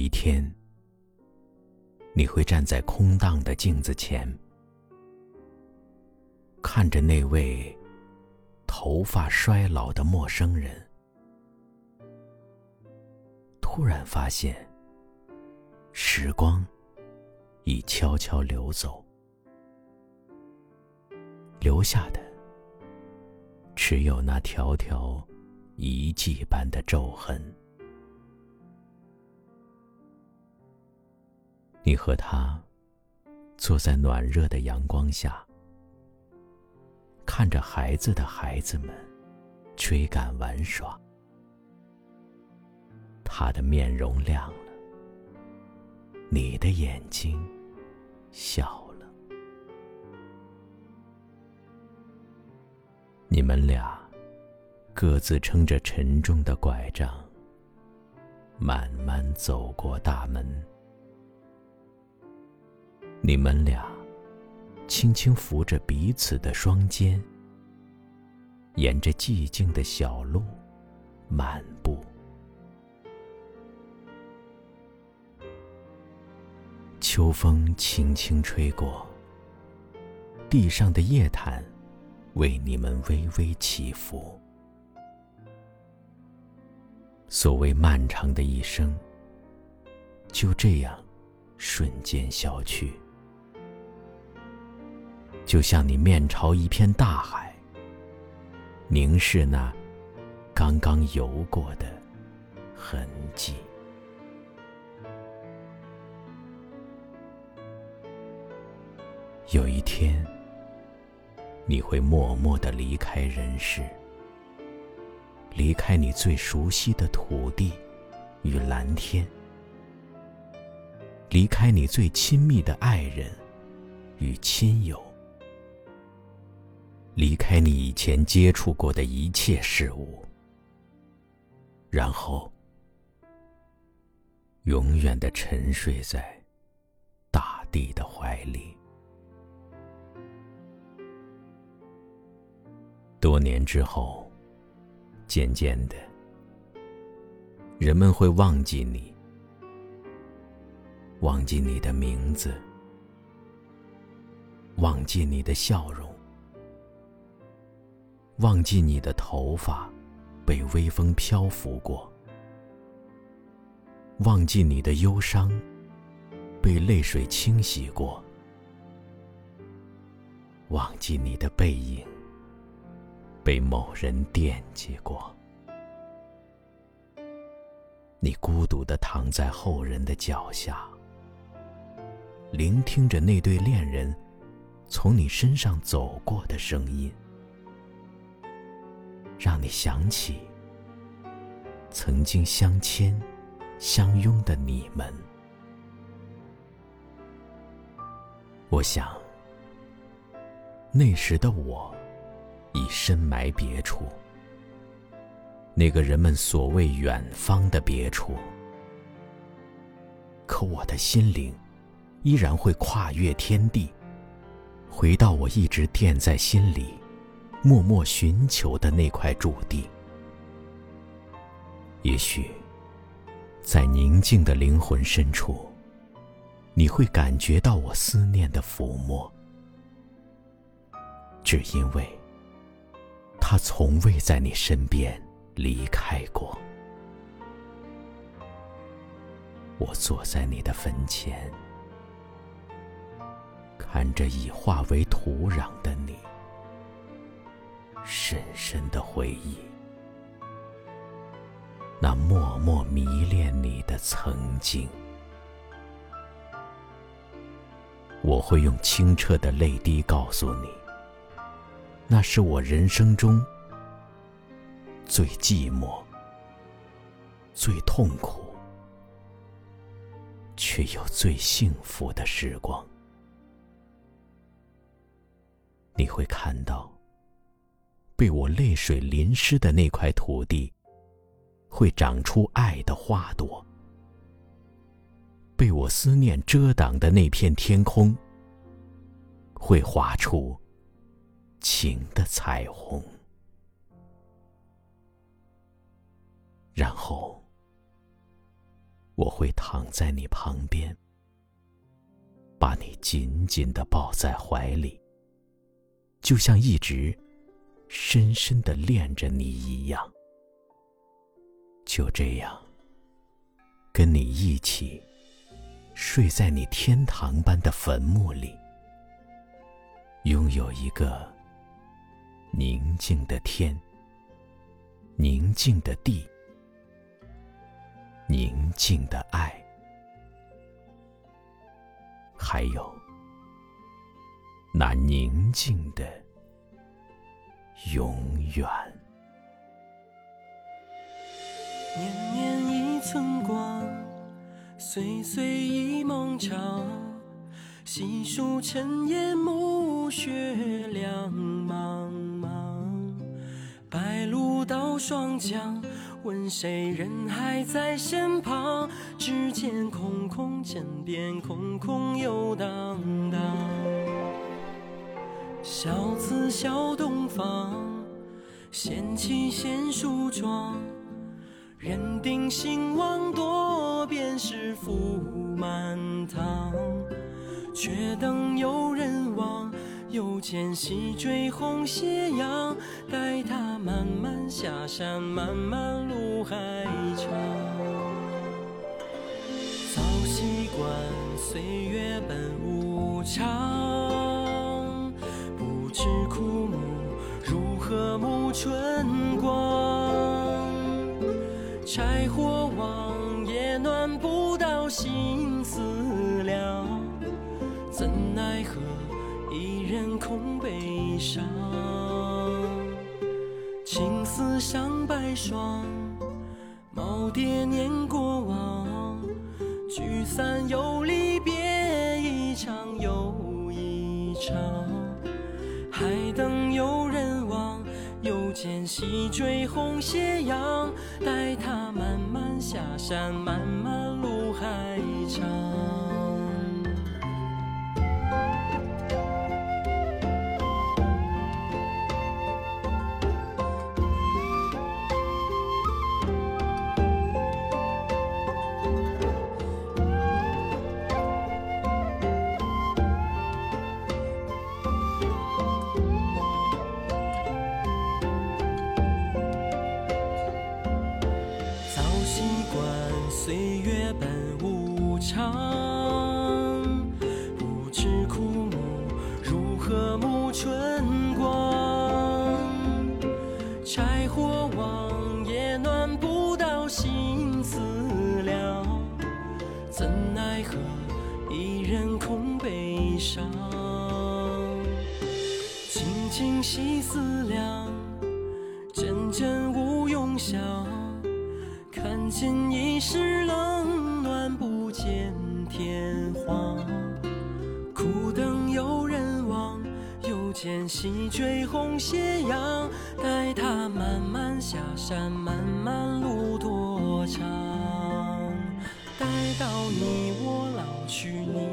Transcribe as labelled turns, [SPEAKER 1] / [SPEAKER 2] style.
[SPEAKER 1] 一天，你会站在空荡的镜子前，看着那位头发衰老的陌生人，突然发现，时光已悄悄流走，留下的只有那条条遗迹般的皱痕。你和他坐在暖热的阳光下，看着孩子的孩子们追赶玩耍，他的面容亮了，你的眼睛笑了。你们俩各自撑着沉重的拐杖，慢慢走过大门。你们俩轻轻扶着彼此的双肩，沿着寂静的小路漫步。秋风轻轻吹过，地上的叶毯为你们微微起伏。所谓漫长的一生，就这样瞬间消去，就像你面朝一片大海，凝视那刚刚游过的痕迹。有一天，你会默默地离开人世，离开你最熟悉的土地与蓝天，离开你最亲密的爱人与亲友，离开你以前接触过的一切事物，然后永远地沉睡在大地的怀里。多年之后，渐渐的，人们会忘记你，忘记你的名字，忘记你的笑容，忘记你的头发被微风漂浮过，忘记你的忧伤被泪水清洗过，忘记你的背影被某人惦记过。你孤独地躺在后人的脚下，聆听着那对恋人从你身上走过的声音，让你想起曾经相牵相拥的你们。我想，那时的我已深埋别处，那个人们所谓远方的别处，可我的心灵依然会跨越天地，回到我一直惦在心里默默寻求的那块驻地。也许在宁静的灵魂深处，你会感觉到我思念的抚摸，只因为他从未在你身边离开过。我坐在你的坟前，看着已化为土壤的你，深深的回忆那默默迷恋你的曾经。我会用清澈的泪滴告诉你，那是我人生中最寂寞、最痛苦，却又最幸福的时光。你会看到，被我泪水淋湿的那块土地，会长出爱的花朵；被我思念遮挡的那片天空，会画出情的彩虹。然后， 我会躺在你旁边，把你紧紧地抱在怀里，就像一直深深地恋着你一样。就这样，跟你一起睡在你天堂般的坟墓里，拥有一个宁静的天，宁静的地，宁静的爱，还有那宁静的永远。
[SPEAKER 2] 年年一寸光，岁岁一梦长，细数尘烟暮雪两茫茫。白鹭到霜降，问谁人还在身旁？只见空空枕边，空空又荡荡。小字小东方，闲骑闲梳妆。人定兴亡，多变是覆满堂。却等有人望，又见西坠红斜阳。待他慢慢下山，漫漫路还长。早习惯岁月本无常，不知枯木如何沐春光。柴火旺，也暖不到心思了，怎奈何一人空悲伤。青丝上白霜，耄耋念过往。聚散又离别，一场又一场。还等有人望，又见西坠红斜阳。待他慢慢下山，漫漫路还长。习惯岁月本无常，不知枯木如何沐春光。柴火旺，也暖不到心思了，怎奈何一人空悲伤。静静细思量，阵阵无用想。看见一世冷暖，不见天荒。苦等有人望，又见西坠红斜阳。待他慢慢下山，漫漫路多长。待到你我老去，你